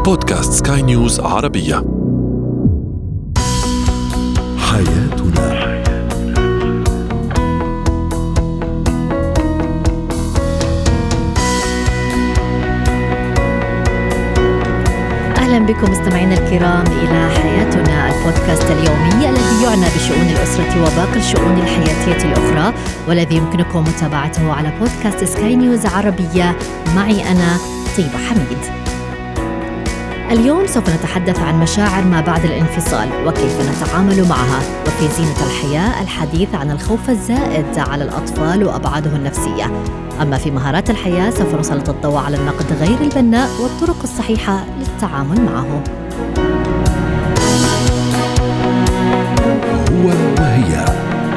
بودكاست سكاي نيوز عربية. حياتنا. أهلا بكم مستمعينا الكرام إلى حياتنا، البودكاست اليومي الذي يعنى بشؤون الأسرة وباقي الشؤون الحياتية الأخرى، والذي يمكنكم متابعته على بودكاست سكاي نيوز عربية. معي أنا طيبة حميد. اليوم سوف نتحدث عن مشاعر ما بعد الانفصال وكيف نتعامل معها، وفي زينة الحياة الحديث عن الخوف الزائد على الأطفال وأبعاده النفسية. أما في مهارات الحياة سوف نسلط الضوء على النقد غير البناء والطرق الصحيحة للتعامل معه. هو وهي.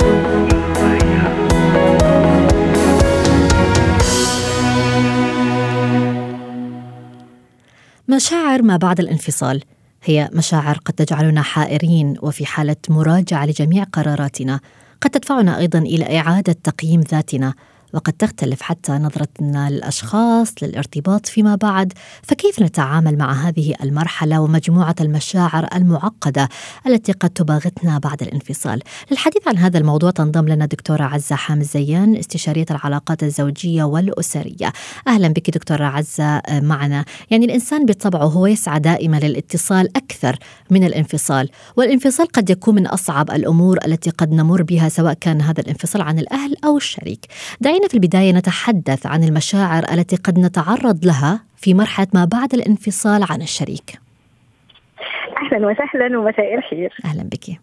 مشاعر ما بعد الانفصال هي مشاعر قد تجعلنا حائرين وفي حالة مراجعة لجميع قراراتنا، قد تدفعنا أيضا إلى إعادة تقييم ذاتنا، وقد تختلف حتى نظرتنا للأشخاص للارتباط فيما بعد. فكيف نتعامل مع هذه المرحلة ومجموعة المشاعر المعقدة التي قد تباغتنا بعد الانفصال؟ للحديث عن هذا الموضوع تنضم لنا دكتورة عزة حامد زيان، استشارية العلاقات الزوجية والأسرية. أهلا بك دكتورة عزة معنا. يعني الإنسان بطبعه هو يسعى دائما للاتصال أكثر من الانفصال، والانفصال قد يكون من أصعب الأمور التي قد نمر بها، سواء كان هذا الانفصال عن الأهل أو الشريك. دعينا في البداية نتحدث عن المشاعر التي قد نتعرض لها في مرحلة ما بعد الانفصال عن الشريك. أهلا وسهلا ومساء الخير. أهلا بك.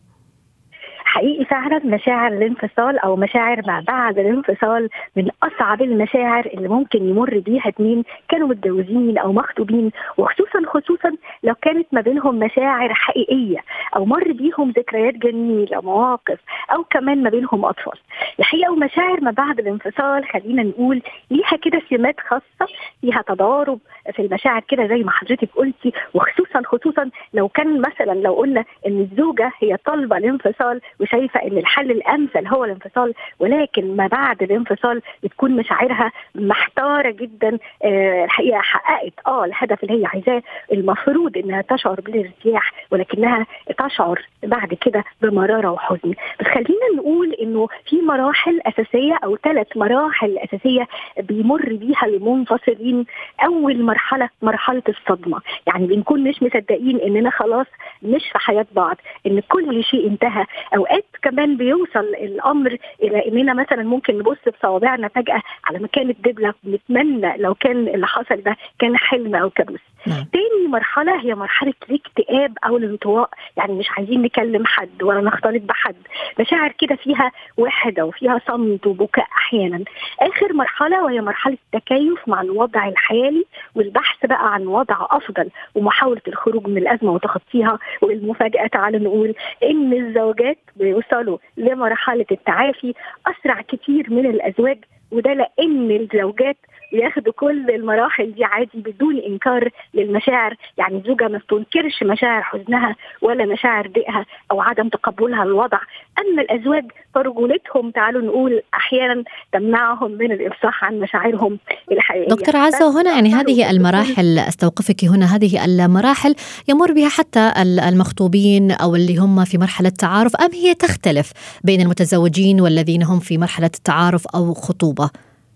حقيقي فعلا مشاعر الانفصال أو مشاعر ما بعد الانفصال من أصعب المشاعر اللي ممكن يمر بيها اتنين كانوا متجوزين أو مخطوبين، وخصوصا لو كانت ما بينهم مشاعر حقيقية أو مر بيهم ذكريات جميلة مواقف أو كمان ما بينهم أطفال. الحقيقة ومشاعر ما بعد الانفصال خلينا نقول ليها كده سمات خاصة، فيها تضارب في المشاعر كده زي ما حضرتك قلتي، وخصوصا لو كان مثلا لو قلنا إن الزوجة هي طالبة الانفصال وشايفة ان الحل الامثل هو الانفصال، ولكن ما بعد الانفصال بتكون مشاعرها محتارة جدا. الحقيقة حققت الهدف اللي هي عايزاه، المفروض انها تشعر بالارتياح، ولكنها تشعر بعد كده بمرارة وحزن. بس خلينا نقول انه في مراحل اساسية او 3 مراحل اساسية بيمر بيها المنفصلين. اول مرحلة الصدمة، يعني بنكون مش مصدقين اننا خلاص مش في حياة بعض، ان كل شيء انتهى. اوقات كمان بيوصل الامر الى اننا مثلا ممكن نبص بصوابعنا فجأة على مكان الدبلة، ونتمنى لو كان اللي حصل ده كان حلم او كابوس. تاني مرحلة هي مرحلة الاكتئاب او الانطواء، يعني مش عايزين نكلم حد ولا نختلط بحد، مشاعر كده فيها وحدة وفيها صمت وبكاء احيانا. اخر مرحلة وهي مرحلة التكيف مع الوضع الحالي والبحث بقى عن وضع افضل ومحاولة الخروج من الازمة وتخطيها. والمفاجأة تعالوا نقول ان الزوجات بيوصلوا لمرحلة التعافي أسرع كتير من الأزواج، وده لأن الزوجات ياخدوا كل المراحل دي عادي بدون إنكار للمشاعر. يعني الزوجة ما بتنكرش مشاعر حزنها ولا مشاعر ضيقها أو عدم تقبلها للوضع، أما الأزواج فرجولتهم تعالوا نقول أحيانا تمنعهم من الإفصاح عن مشاعرهم الحقيقية. دكتور عزة، هنا يعني هذه المراحل، أستوقفك هنا، هذه المراحل يمر بها حتى المخطوبين أو اللي هم في مرحلة تعارف، أم هي تختلف بين المتزوجين والذين هم في مرحلة تعارف أو خطوبة؟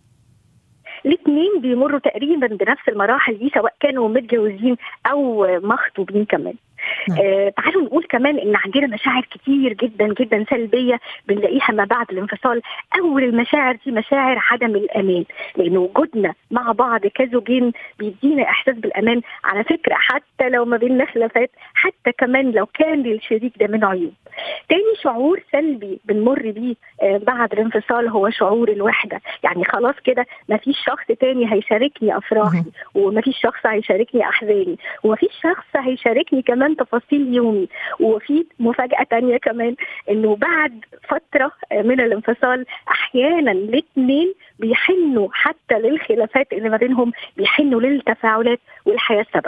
الاثنين بيمروا تقريبا بنفس المراحل دي، سواء كانوا متجوزين أو مخطوبين كمان. تعالوا نقول كمان ان عندنا مشاعر كتير جدا سلبية بنلاقيها ما بعد الانفصال. اول المشاعر دي مشاعر عدم الامان، لان وجودنا مع بعض كزوجين بيدينا احساس بالامان. على فكرة حتى لو ما بيننا خلافات، حتى كمان لو كان للشريك ده من عيوب. تاني شعور سلبي بنمر بيه بعد الانفصال هو شعور الوحدة، يعني خلاص كده ما فيش شخص تاني هيشاركني افراحي، وما فيش شخص هيشاركني احزاني، وما فيش شخص هيشاركني كمان تفاصيل يومي. وفي مفاجأة تانية كمان، انه بعد فترة من الانفصال احيانا الاثنين بيحنوا حتى للخلافات اللي ما بينهم، بيحنوا للتفاعلات والحياة السابقة.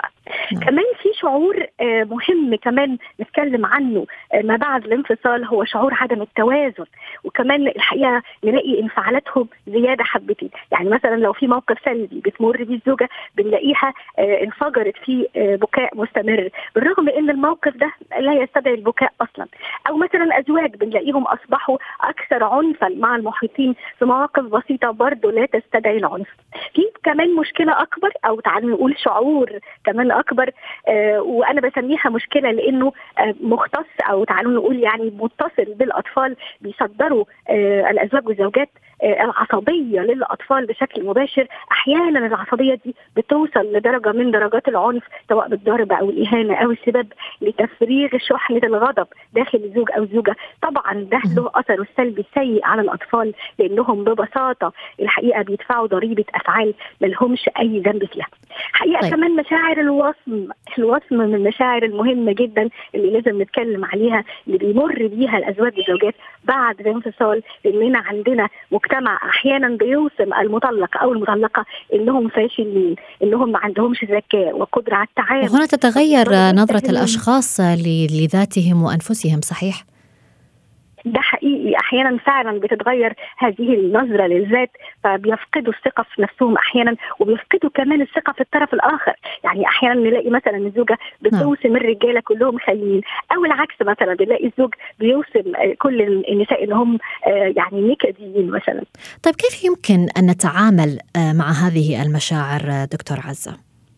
كمان في شعور مهم كمان نتكلم عنه ما بعد الانفصال، هو شعور عدم التوازن. وكمان الحقيقة نلاقي انفعالاتهم زيادة حبتين. يعني مثلا لو في موقف سلبي بتمر بيه الزوجة بنلاقيها انفجرت في بكاء مستمر بالرغم ان الموقف ده لا يستدعي البكاء اصلا. او مثلا ازواج بنلاقيهم اصبحوا اكثر عنفا مع المحيطين في مواقف بسيطة برضه لا تستدعي العنف. في كمان مشكلة اكبر، او تعالوا نقول شعور كمان اكبر، وانا بسميها مشكلة لانه مختص، او تعالوا نقول يعني متصل بالاطفال. بيصدروا الازواج والزوجات العصبية للأطفال بشكل مباشر. أحيانا العصبية دي بتوصل لدرجة من درجات العنف، سواء بالضرب أو الإهانة أو السباب، لتفريغ شحنة الغضب داخل الزوج أو الزوجة. طبعا ده له أثره السلبي السيء على الأطفال، لأنهم ببساطة الحقيقة بيدفعوا ضريبة أفعال ملهمش أي ذنب فيها. حقيقة كمان مشاعر الوصم من المشاعر المهمة جدا اللي لازم نتكلم عليها، اللي بيمر بيها الأزواج والزوجات بعد الانفصال. لأننا عندنا مجتمع أحيانا بيوصم المطلق أو المطلقة إنهم فاشلين، إنهم ما عندهمش ذكاء وقدرة على التعامل. وهنا تتغير نظرة الأشخاص لذاتهم وأنفسهم، صحيح؟ ده حقيقي، أحيانا فعلا بتتغير هذه النظرة للذات، فبيفقدوا الثقة في نفسهم أحيانا، وبيفقدوا كمان الثقة في الطرف الآخر. يعني أحيانا نلاقي مثلا الزوجة بتوسم الرجالة كلهم خاينين، أو العكس مثلا بنلاقي الزوج بيوسم كل النساء إنهم يعني نكديين مثلا. طيب كيف يمكن أن نتعامل مع هذه المشاعر دكتور عزة؟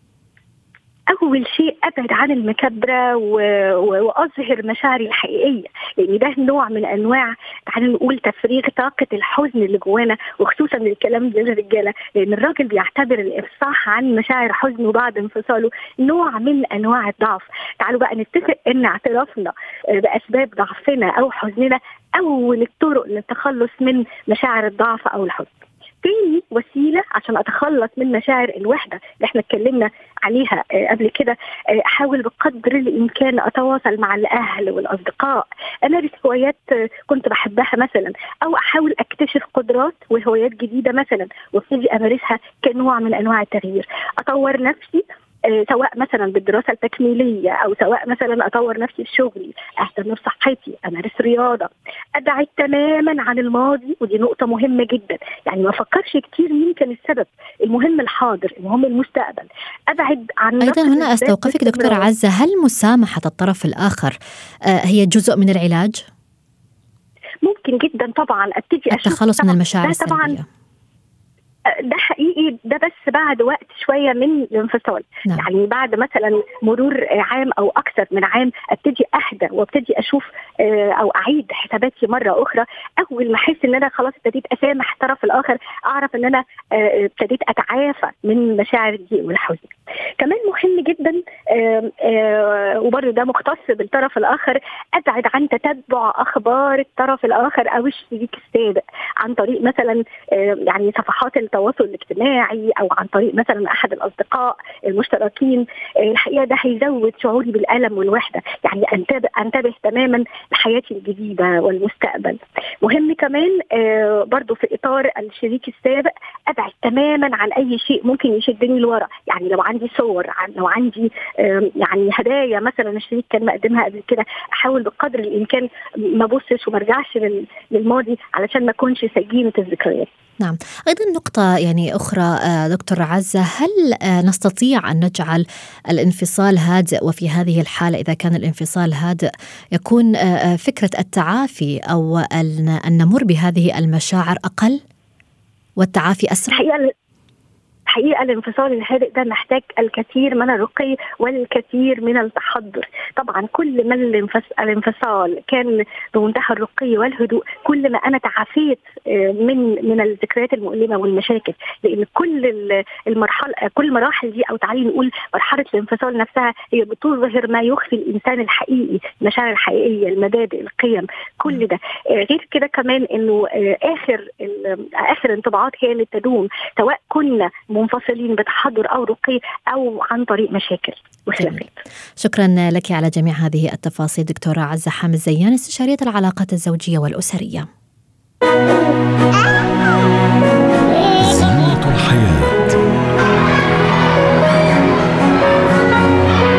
أول شيء أبعد عن المكابرة وأظهر مشاعري الحقيقية، لأن ده نوع من أنواع تعالوا نقول تفريغ طاقة الحزن اللي جوانا، وخصوصا الكلام ده للرجالة، لأن الراجل بيعتبر الإفصاح عن مشاعر حزنه بعد انفصاله نوع من أنواع الضعف. تعالوا بقى نتفق أن اعترافنا بأسباب ضعفنا أو حزننا أول الطرق للتخلص من مشاعر الضعف أو الحزن. تاني وسيلة عشان أتخلص من مشاعر الوحدة اللي احنا اتكلمنا عليها قبل كده، أحاول بقدر الإمكان أتواصل مع الأهل والأصدقاء، أمارس هوايات كنت بحبها مثلا، أو أحاول أكتشف قدرات وهوايات جديدة مثلا وابتدي أمارسها كنوع من أنواع التغيير. أطور نفسي سواء مثلا بالدراسة التكميلية، أو سواء مثلا أطور نفسي في شغلي، أهتم بصحتي، أمارس رياضة. أبعد تماما عن الماضي، ودي نقطة مهمة جدا. يعني ما أفكرش كتير مين كان السبب، المهم الحاضر، المهم المستقبل. أبعد عن أيضا هنا أستوقفك دكتورة عزة، هل مسامحة الطرف الآخر هي جزء من العلاج؟ ممكن جدا طبعا. أبتدي التخلص من المشاعر السلبية. ده حقيقي، ده بس بعد وقت شوية من الانفصال. نعم. يعني بعد مثلا مرور عام أو أكثر من عام أبتدي أهدى وابتدي أشوف أو أعيد حساباتي مرة أخرى. أول ما أحس إن أنا خلاص ابتديت أسامح الطرف الآخر، أعرف إن أنا ابتديت أتعافى من مشاعر الضيق والحزن. كمان مهم جدا وبرضه ده مختص بالطرف الآخر، أبعد عن تتبع أخبار الطرف الآخر أو الشريك السابق عن طريق مثلا يعني صفحات التواصل الاجتماعي، أو عن طريق مثلا أحد الأصدقاء المشتركين. الحقيقة ده هيزود شعوري بالألم والوحدة. يعني أنتبه تماما لحياتي الجديدة والمستقبل. مهم كمان برضو في إطار الشريك السابق أبعد تماما عن أي شيء ممكن يشدني لورا. يعني لو عندي صور، لو عندي يعني هدايا مثلا الشريك كان مقدمها قبل كده، أحاول بقدر الإمكان ما بصش وما ارجعش للماضي علشان ما أكونش سجينة الذكريات. نعم. أيضا نقطة يعني أخرى دكتور عزة، هل نستطيع أن نجعل الانفصال هادئ؟ وفي هذه الحالة إذا كان الانفصال هادئ يكون فكرة التعافي أو أن نمر بهذه المشاعر أقل والتعافي أسرع؟ حقيقة الانفصال الهادئ ده محتاج الكثير من الرقي والكثير من التحضر. طبعا كل ما الانفصال كان بمنتهى الرقي والهدوء، كل ما أنا تعافيت من الذكريات المؤلمة والمشاكل. لأن كل المراحل دي، أو تعالي نقول مرحلة الانفصال نفسها، هي بتظهر ما يخفي الإنسان الحقيقي، المشاعر الحقيقية، المبادئ، القيم، كل ده. غير كده كمان إنه آخر انطباعات هي اللي تدوم، سواء كنا منفصلين بتحضر أو رقي أو عن طريق مشاكل وخلافات. شكرا لك على جميع هذه التفاصيل دكتورة عزة حامد زيان، استشارية العلاقات الزوجية والأسرية. زينة الحياة.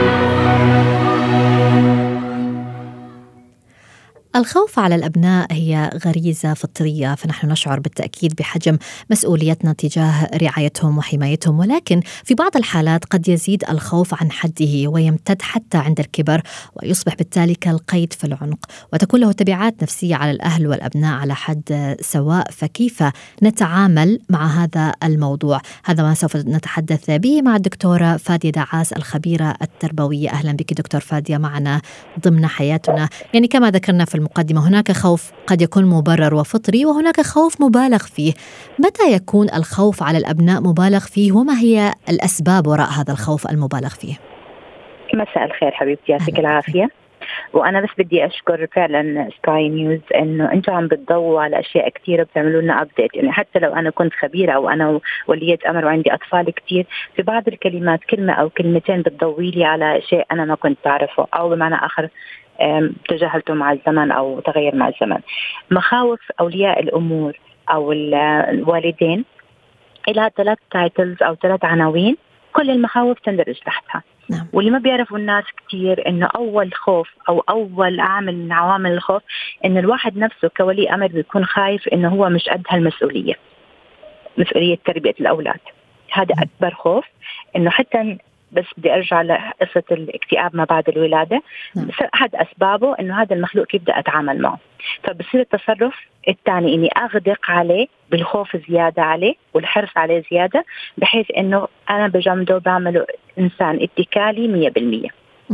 الخوف على الأبناء هي غريزة فطرية، فنحن نشعر بالتأكيد بحجم مسؤوليتنا تجاه رعايتهم وحمايتهم، ولكن في بعض الحالات قد يزيد الخوف عن حده ويمتد حتى عند الكبر، ويصبح بالتالي كالقيد في العنق، وتكون له تبعات نفسية على الأهل والأبناء على حد سواء. فكيف نتعامل مع هذا الموضوع؟ هذا ما سوف نتحدث به مع الدكتورة فادية دعاس الخبيرة التربوية. أهلا بك دكتور فادية معنا ضمن حياتنا. يعني كما ذكرنا في المقدمة، هناك خوف قد يكون مبرر وفطري، وهناك خوف مبالغ فيه. متى يكون الخوف على الأبناء مبالغ فيه، وما هي الأسباب وراء هذا الخوف المبالغ فيه؟ مساء الخير حبيبتي، يعطيك العافية. وأنا بس بدي أشكر فعلا سكاي نيوز إنه أنتم عم بتضووا على أشياء كتير وبتعملوا لنا أبديت. يعني حتى لو أنا كنت خبيرة أو أنا ولية أمر وعندي أطفال كتير، في بعض الكلمات كلمة أو كلمتين بتضوي لي على شيء أنا ما كنت أعرفه، أو بمعنى آخر تجاهلته مع الزمن أو تغير مع الزمن. مخاوف أولياء الأمور أو الوالدين إلى 3 تايتلز أو 3 عناوين، كل المخاوف تندرج تحتها. نعم. واللي ما بيعرفوا الناس كتير إنه أول خوف أو أول عامل من عوامل الخوف إنه الواحد نفسه كولي أمر بيكون خايف إنه هو مش قد هالمسؤولية، مسؤولية تربية الأولاد. هذا أكبر خوف. إنه حتى بس بدي أرجع لقصة الاكتئاب ما بعد الولادة، أحد أسبابه إنه هذا المخلوق كيف بدي أتعامل معه. فبصير التصرف الثاني إني أغدق عليه بالخوف زيادة عليه والحرص عليه زيادة، بحيث إنه أنا بجمده بعمله إنسان اتكالي 100%.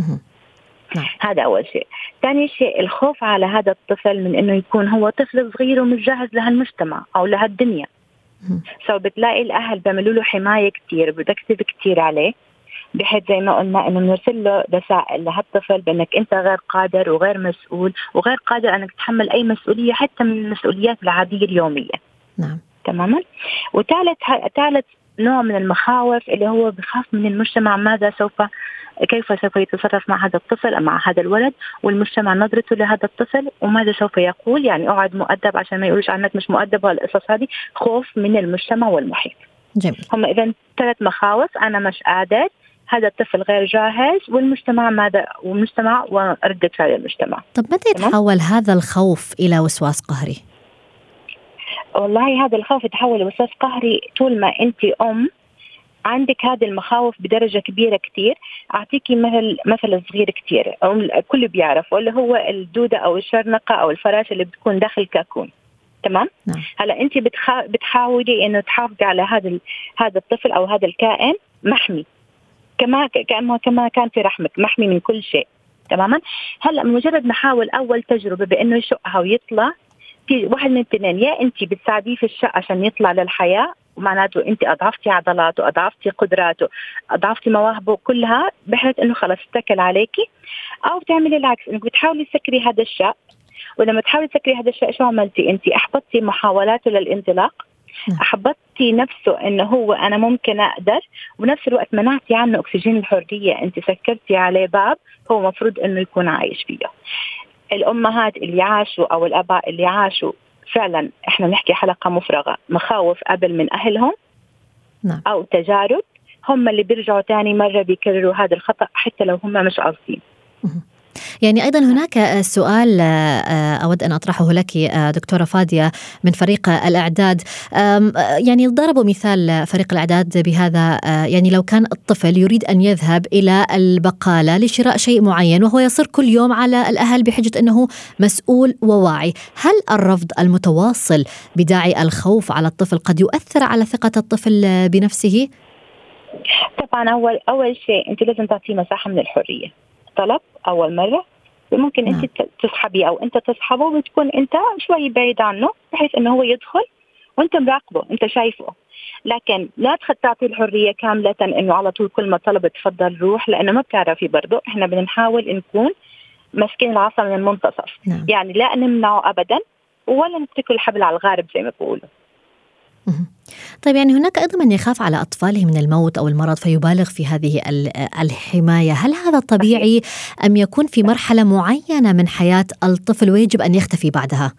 هذا أول شيء. ثاني شيء الخوف على هذا الطفل من إنه يكون هو طفل صغير ومش جاهز لهالمجتمع أو لهالدنيا. بتلاقي الأهل بيعملوا له حماية كتير، بتكتب كتير عليه، بحيث زي ما قلنا إنه بنرسل له رسائل لهالطفل بأنك أنت غير قادر وغير مسؤول وغير قادر أنك تتحمل أي مسؤولية حتى من المسؤوليات العادية اليومية. نعم. تماما. ثالث نوع من المخاوف اللي هو بخاف من المجتمع، كيف سوف يتصرف مع هذا الطفل أو مع هذا الولد، والمجتمع نظرته لهذا الطفل وماذا سوف يقول. يعني أقعد مؤدب عشان ما يقولش عنك مش مؤدب، والقصص هذه خوف من المجتمع والمحيط. جميل. هم إذن 3 مخاوف: أنا مش قادر، هذا الطفل غير جاهز، والمجتمع وردة فعل المجتمع. طب متى يتحول هذا الخوف إلى وسواس قهري؟ والله هذا الخوف يتحول لوسواس قهري طول ما أنت عندك هذه المخاوف بدرجة كبيرة كتير. أعطيكي مثل صغير كتير الكل بيعرف، واللي هو الدودة أو الشرنقة أو الفراشة اللي بتكون داخل كاكون. تمام. هلا أنت بتحاولي إنه تحافظي على هذا الطفل أو هذا الكائن محمي، كما كان في رحمك، محمي من كل شيء. تماما. هلا مجرد نحاول أول تجربة بإنه يشقها ويطلع، في واحد من 2: يا أنت بتساعديه في الشق عشان يطلع للحياة، ومعناته أنت أضعفتي عضلاته، أضعفتي قدراته، أضعفتي مواهبه كلها، بحيث إنه خلاص اتكل عليكي. أو بتعملي العكس، إنك بتحاولي تسكري هذا الشق، ولما تحاولي تسكري هذا الشيء شو عملتي أنت؟ أحبطتي محاولاته للانطلاق، أحبطتي نفسه إنه هو أنا ممكن أقدر، ونفس الوقت منعتي عنه أكسجين الحرية. أنت سكرتي عليه باب هو مفروض إنه يكون عايش فيه. الأمهات اللي عاشوا أو الآباء اللي عاشوا فعلا، إحنا نحكي حلقة مفرغة، مخاوف قبل من أهلهم أو تجارب، هم اللي بيرجعوا تاني مرة بيكرروا هذا الخطأ حتى لو هم مش قاصدين. يعني أيضا هناك سؤال أود أن أطرحه لك دكتورة فادية من فريق الإعداد. يعني ضربوا مثال فريق الإعداد بهذا، يعني لو كان الطفل يريد أن يذهب إلى البقالة لشراء شيء معين، وهو يصر كل يوم على الأهل بحجة أنه مسؤول وواعي، هل الرفض المتواصل بداعي الخوف على الطفل قد يؤثر على ثقة الطفل بنفسه؟ طبعا أول شيء أنت لازم تعطيه مساحة من الحرية. طلب أول مرة ممكن أنت تسحبي أو أنت تسحبه، وتكون أنت شوي بعيد عنه بحيث أنه هو يدخل وأنت مراقبه، أنت شايفه. لكن لا تعطي الحرية كاملة إنه على طول كل ما طلب تفضل روح، لأنه ما بتعرفي برضو. إحنا بنحاول نكون مسكين العصا من المنتصف. يعني لا نمنعه أبدا ولا نترك الحبل على الغارب زي ما بقولوا. طيب، يعني هناك أيضا من يخاف على أطفاله من الموت أو المرض فيبالغ في هذه الحماية. هل هذا طبيعي أم يكون في مرحلة معينة من حياة الطفل ويجب أن يختفي بعدها؟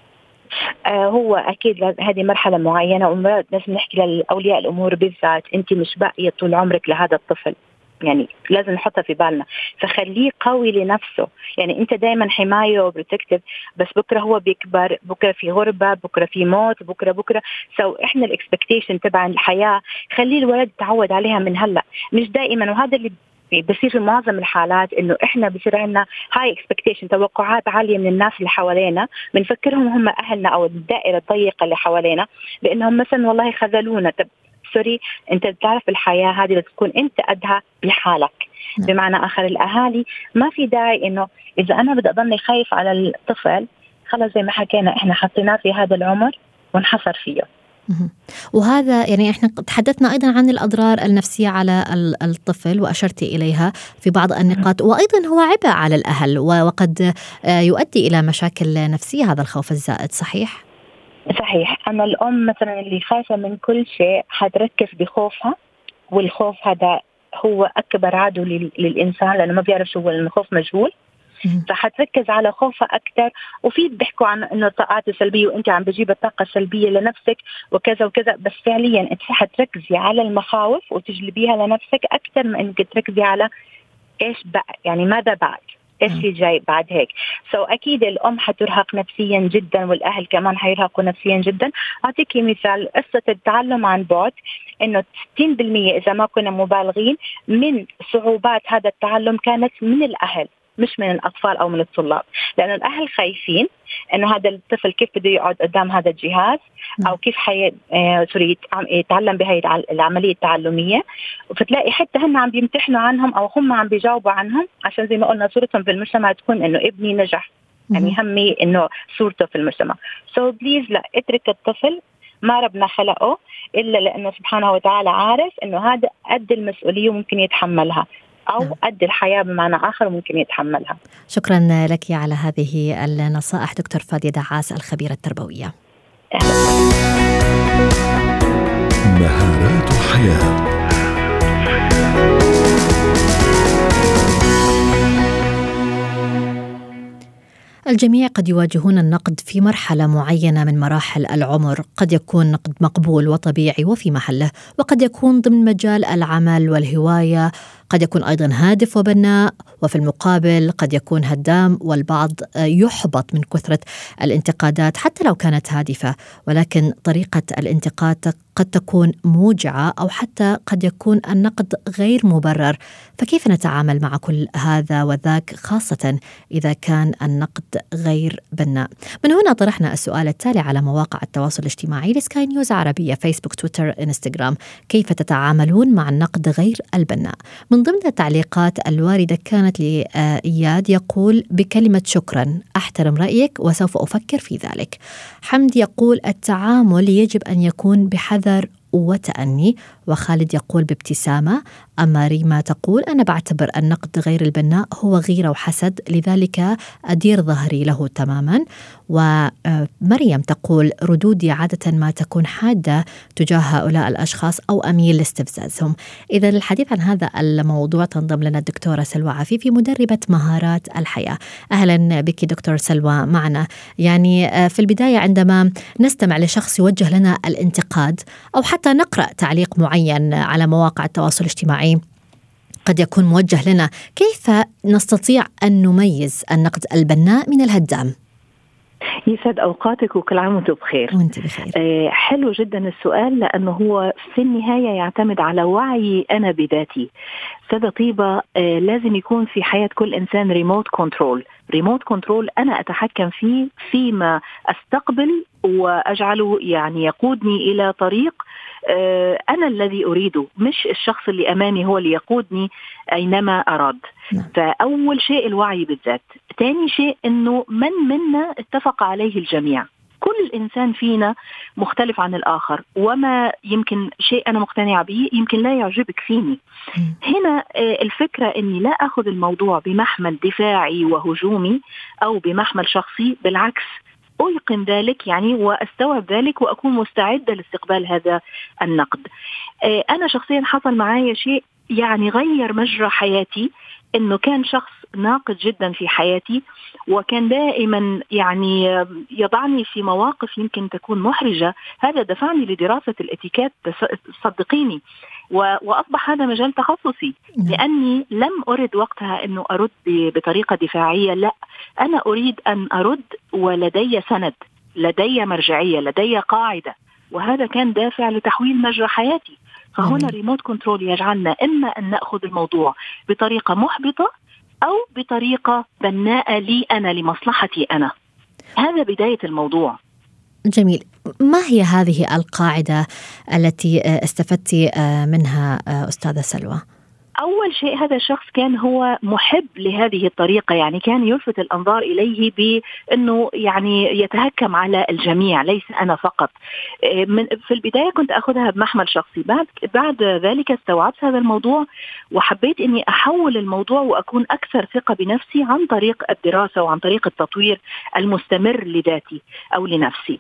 هو أكيد هذه مرحلة معينة، ولازم نحكي لأولياء الأمور بالذات، أنت مش باقية طول عمرك لهذا الطفل. يعني لازم نحطها في بالنا. فخليه قوي لنفسه، يعني انت دائما حماية وبروتكتيف، بس بكرة هو بيكبر، بكرة في غربة، بكرة في موت، بكرة احنا الاكسبكتيشن تبع الحياة خليه الولد يتعود عليها من هلا، مش دائما. وهذا اللي بصير في معظم الحالات، انه احنا بصير عندنا هاي اكسبكتيشن، توقعات عاليه من الناس اللي حوالينا، بنفكرهم هم اهلنا او الدائره الضيقه اللي حوالينا، بانهم مثلا والله خذلونا. طب سوري، انت بتعرف الحياه هذه بتكون انت قدها بحالك. بمعنى اخر، الاهالي ما في داعي انه اذا انا بدي اضلني خايف على الطفل، خلص زي ما حكينا احنا حطيناه في هذا العمر وانحصر فيه. وهذا يعني احنا تحدثنا ايضا عن الاضرار النفسيه على الطفل واشرت اليها في بعض النقاط، وايضا هو عبء على الاهل وقد يؤدي الى مشاكل نفسيه هذا الخوف الزائد. صحيح؟ صحيح. انا الام مثلا اللي خايفه من كل شيء حتركز بخوفها، والخوف هذا هو اكبر عدو للانسان، لانه ما بيعرف شو هو الخوف، مجهول. فحتركز على خوفها أكثر. وفي بيحكوا عن إنه الطاقات السلبية وأنت عم بجيب الطاقة السلبية لنفسك وكذا وكذا، بس فعليا أنت حتركزي على المخاوف وتجلبيها لنفسك أكثر من إنك تركزي على إيش يعني ماذا بعد، إيش اللي جاي بعد هيك. أكيد الأم حترهق نفسيا جدا، والأهل كمان حيرهقوا نفسيا جدا. أعطيكي مثال، قصة التعلم عن بعد، إنه 60% إذا ما كنا مبالغين من صعوبات هذا التعلم كانت من الأهل، مش من الأطفال أو من الطلاب، لأن الأهل خايفين إنه هذا الطفل كيف بده يقعد قدام هذا الجهاز، أو كيف يتعلم بهاي العملية التعلمية. فتلاقي حتى هم عم بيمتحنوا عنهم أو هم عم بيجاوبوا عنهم، عشان زي ما قلنا صورتهم في المجتمع تكون إنه ابني نجح، يعني همي إنه صورته في المجتمع. بليز لا، اترك الطفل، ما ربنا خلقه إلا لأنه سبحانه وتعالى عارف إنه هذا قد المسؤولية وممكن يتحملها، أو قد الحياة بمعنى آخر ممكن يتحملها. شكرا لك على هذه النصائح دكتور فادية دعاس، الخبيرة التربوية. مهارات حياة. الجميع قد يواجهون النقد في مرحلة معينة من مراحل العمر، قد يكون نقد مقبول وطبيعي وفي محله، وقد يكون ضمن مجال العمل والهواية، قد يكون أيضا هادف وبناء، وفي المقابل قد يكون هدام، والبعض يحبط من كثرة الانتقادات حتى لو كانت هادفة. ولكن طريقة الانتقاد قد تكون موجعة، أو حتى قد يكون النقد غير مبرر. فكيف نتعامل مع كل هذا وذاك، خاصة إذا كان النقد غير بناء؟ من هنا طرحنا السؤال التالي على مواقع التواصل الاجتماعي لسكاي نيوز عربية، فيسبوك، تويتر، انستغرام: كيف تتعاملون مع النقد غير البناء؟ من ضمن التعليقات الواردة كانت لإياد يقول: بكلمة شكرا، أحترم رأيك وسوف أفكر في ذلك. حمد يقول: التعامل يجب أن يكون بحذر وتأني. وخالد يقول بابتسامة. أما ريما تقول: أنا بعتبر النقد غير البناء هو غيرة وحسد، لذلك أدير ظهري له تماما. ومريم تقول: ردودي عادة ما تكون حادة تجاه هؤلاء الأشخاص أو أميل لاستفزازهم. إذا للحديث عن هذا الموضوع تنضم لنا الدكتورة سلوى عفيفي، مدربة مهارات الحياة. أهلا بك دكتور سلوى معنا. يعني في البداية عندما نستمع لشخص يوجه لنا الانتقاد، أو حتى نقرأ تعليق معين على مواقع التواصل الاجتماعي قد يكون موجه لنا، كيف نستطيع أن نميز النقد البناء من الهدام؟ يسعد أوقاتك وكل عام وانتم بخير. وانت بخير. حلو جدا السؤال، لأنه هو في النهاية يعتمد على وعي أنا بذاتي. سادة طيبة، لازم يكون في حياة كل إنسان ريموت كنترول أنا أتحكم فيه فيما أستقبل وأجعله يعني يقودني إلى طريق أنا الذي أريده، مش الشخص اللي أمامي هو اللي يقودني أينما أراد. فأول شيء الوعي بالذات. تاني شيء أنه من منا اتفق عليه الجميع. كل إنسان فينا مختلف عن الآخر، وما يمكن شيء أنا مقتنعة به يمكن لا يعجبك فيني. هنا الفكرة أني لا أخذ الموضوع بمحمل دفاعي وهجومي أو بمحمل شخصي، بالعكس أيقن ذلك يعني وأستوعب ذلك وأكون مستعدة لاستقبال هذا النقد. أنا شخصيا حصل معايا شيء يعني غير مجرى حياتي، إنه كان شخص ناقد جدا في حياتي، وكان دائما يعني يضعني في مواقف يمكن تكون محرجة. هذا دفعني لدراسة الاتيكيت، صدقيني، وأصبح هذا مجال تخصصي، لأني لم أرد وقتها أنه أرد بطريقة دفاعية، لا، أنا أريد أن أرد ولدي سند، لدي مرجعية، لدي قاعدة، وهذا كان دافع لتحويل مجرى حياتي. فهنا ريموت كنترول يجعلنا إما أن نأخذ الموضوع بطريقة محبطة أو بطريقة بناءة لي أنا، لمصلحتي أنا. هذا بداية الموضوع. جميل. ما هي هذه القاعدة التي استفدت منها أستاذة سلوى؟ أول شيء، هذا الشخص كان هو محب لهذه الطريقة، يعني كان يلفت الأنظار إليه بأنه يعني يتهكم على الجميع، ليس أنا فقط. في البداية كنت أخذها بمحمل شخصي، بعد ذلك استوعبت هذا الموضوع وحبيت أني أحول الموضوع وأكون أكثر ثقة بنفسي عن طريق الدراسة وعن طريق التطوير المستمر لذاتي أو لنفسي.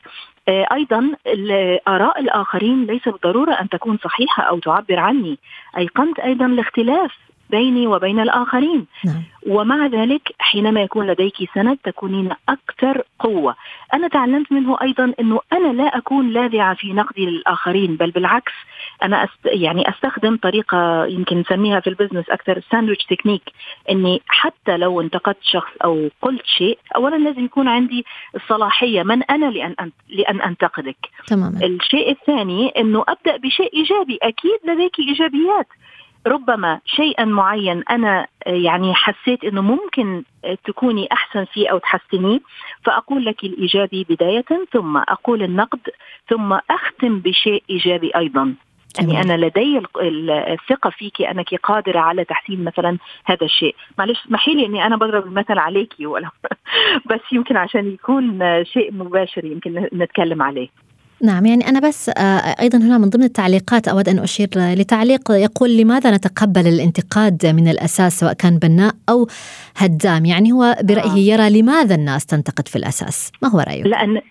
أيضا آراء الآخرين ليس بالضرورة أن تكون صحيحة أو تعبر عني. أيقنت أيضا الاختلاف بيني وبين الآخرين. ومع ذلك حينما يكون لديك سند تكونين أكثر قوة. أنا تعلمت منه أيضا أنه أنا لا أكون لاذعة في نقدي للآخرين، بل بالعكس أنا يعني أستخدم طريقة يمكن نسميها في البزنس أكثر الساندويتش تكنيك، أني حتى لو انتقدت شخص أو قلت شيء، أولا لازم يكون عندي الصلاحية، من أنا لأن أنتقدك. تماما. الشيء الثاني أنه أبدأ بشيء إيجابي. أكيد لديك إيجابيات، ربما شيئا معين أنا يعني حسيت أنه ممكن تكوني أحسن فيه أو تحسنيه، فأقول لك الإيجابي بداية، ثم أقول النقد، ثم أختم بشيء إيجابي أيضا. يعني أنا لدي الثقة فيك أنك قادرة على تحسين مثلا هذا الشيء. معلش اسمحي لي أني أنا بضرب المثل عليكي ولا بس يمكن عشان يكون شيء مباشر يمكن نتكلم عليه. نعم، يعني أنا بس أيضا هنا من ضمن التعليقات أود أن أشير لتعليق يقول: لماذا نتقبل الانتقاد من الأساس سواء كان بناء أو هدام؟ يعني هو برأيه يرى لماذا الناس تنتقد في الأساس. ما هو رأيك؟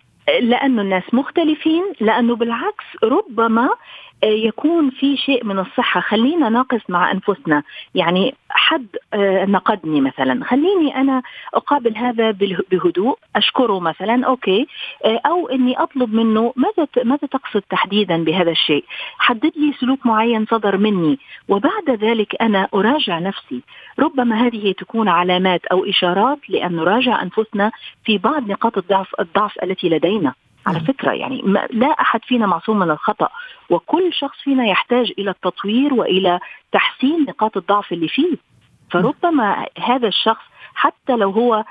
لأنه الناس مختلفين، لأنه بالعكس ربما يكون في شيء من الصحة. خلينا ناقص مع أنفسنا، يعني حد نقدني مثلا، خليني أنا أقابل هذا بهدوء، أشكره مثلا، أوكي، أو أني أطلب منه ماذا تقصد تحديدا بهذا الشيء، حدد لي سلوك معين صدر مني، وبعد ذلك أنا أراجع نفسي. ربما هذه تكون علامات أو إشارات لأن نراجع أنفسنا في بعض نقاط الضعف التي لدينا. على فكرة يعني لا أحد فينا معصوم من الخطأ، وكل شخص فينا يحتاج إلى التطوير وإلى تحسين نقاط الضعف اللي فيه. فربما هذا الشخص حتى لو هو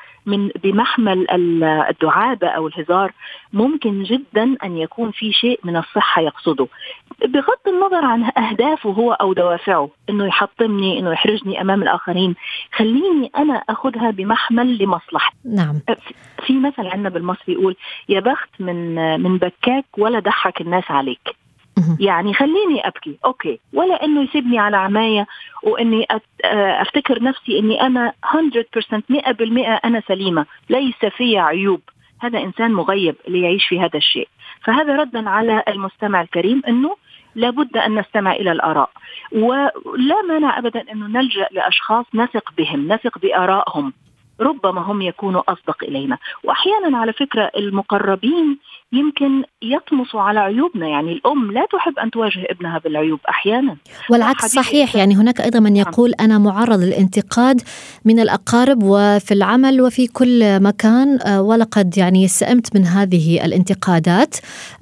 بمحمل الدعابة أو الهزار، ممكن جدا أن يكون في شيء من الصحة يقصده، بغض النظر عن أهدافه هو أو دوافعه، إنه يحطمني، إنه يحرجني أمام الآخرين. خليني أنا أخذها بمحمل لمصلحة. نعم. في مثل عندنا بالمصري يقول: يا بخت من بكاك ولا ضحك الناس عليك. يعني خليني أبكي، أوكي، ولا إنه يسيبني على عماية وإني أفتكر نفسي إني أنا 100% 100% أنا سليمة، ليس في عيوب. هذا إنسان مغيب اللي يعيش في هذا الشيء. فهذا ردا على المستمع الكريم، إنه لابد أن نستمع إلى الآراء، ولا مانع أبدا إنه نلجأ لأشخاص نثق بهم، نثق بآرائهم، ربما هم يكونوا أصدق إلينا. وأحيانا على فكرة المقربين يمكن يطمسوا على عيوبنا، يعني الأم لا تحب أن تواجه ابنها بالعيوب أحيانا، والعكس صحيح. يعني هناك أيضا من يقول أنا معرض للانتقاد من الأقارب وفي العمل وفي كل مكان، ولقد يعني سئمت من هذه الانتقادات،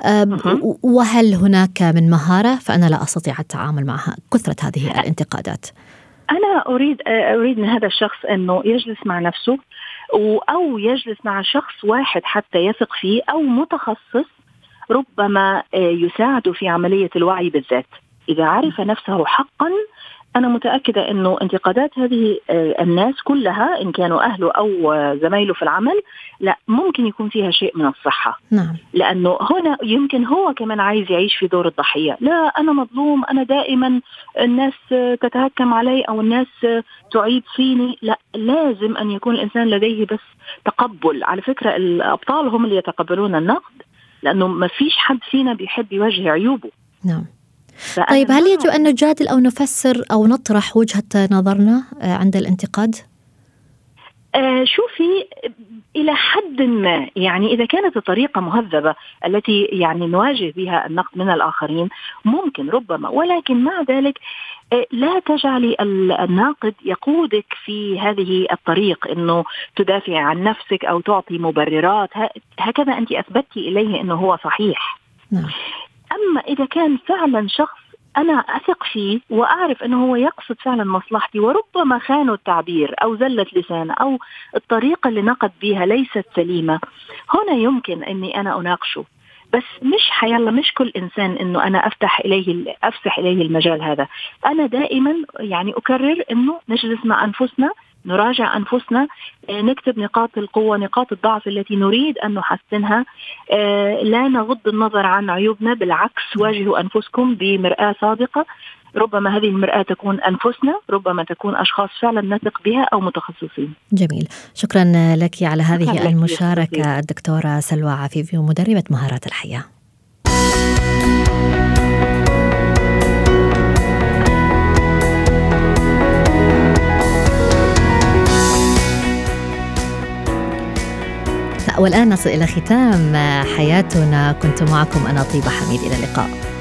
وهل هناك من مهارة؟ فأنا لا أستطيع التعامل معها، كثرة هذه الانتقادات. أنا أريد من هذا الشخص أنه يجلس مع نفسه، أو يجلس مع شخص واحد حتى يثق فيه، أو متخصص ربما يساعده في عملية الوعي بالذات. إذا عرف نفسه حقا، أنا متأكدة أنه انتقادات هذه الناس كلها، إن كانوا أهله أو زمايله في العمل، لا، ممكن يكون فيها شيء من الصحة. نعم. لأنه هنا يمكن هو كمان عايز يعيش في دور الضحية. لا، أنا مظلوم، أنا دائما الناس تتهكم علي أو الناس تعيب فيني. لا، لازم أن يكون الإنسان لديه بس تقبل. على فكرة الأبطال هم اللي يتقبلون النقد، لأنه ما فيش حد فينا بيحب يواجه عيوبه. نعم. طيب، هل يجب أن نجادل أو نفسر أو نطرح وجهة نظرنا عند الانتقاد؟ شوفي، إلى حد ما يعني إذا كانت الطريقة مهذبة التي يعني نواجه بها النقد من الآخرين ممكن ربما، ولكن مع ذلك لا تجعلي الناقد يقودك في هذه الطريق أنه تدافع عن نفسك أو تعطي مبررات. هكذا أنت أثبتي إليه أنه هو صحيح. أما إذا كان فعلا شخص أنا أثق فيه وأعرف أنه هو يقصد فعلا مصلحتي وربما خانوا التعبير أو زلت لسانه أو الطريقة اللي نقد بها ليست سليمة، هنا يمكن أني أنا أناقشه. بس مش حيالله مش كل إنسان أنه أنا أفسح إليه المجال هذا. أنا دائما يعني أكرر أنه نجلس مع أنفسنا، نراجع أنفسنا، نكتب نقاط القوة نقاط الضعف التي نريد أن نحسنها، لا نغض النظر عن عيوبنا، بالعكس واجهوا أنفسكم بمرآة صادقة. ربما هذه المرآة تكون أنفسنا، ربما تكون أشخاص فعلا نثق بها أو متخصصين. جميل، شكرا لك على هذه المشاركة الدكتورة سلوى عفيفي ومدربة مهارات الحياة. والآن نصل إلى ختام حياتنا. كنت معكم أنا طيبة حميد، إلى اللقاء.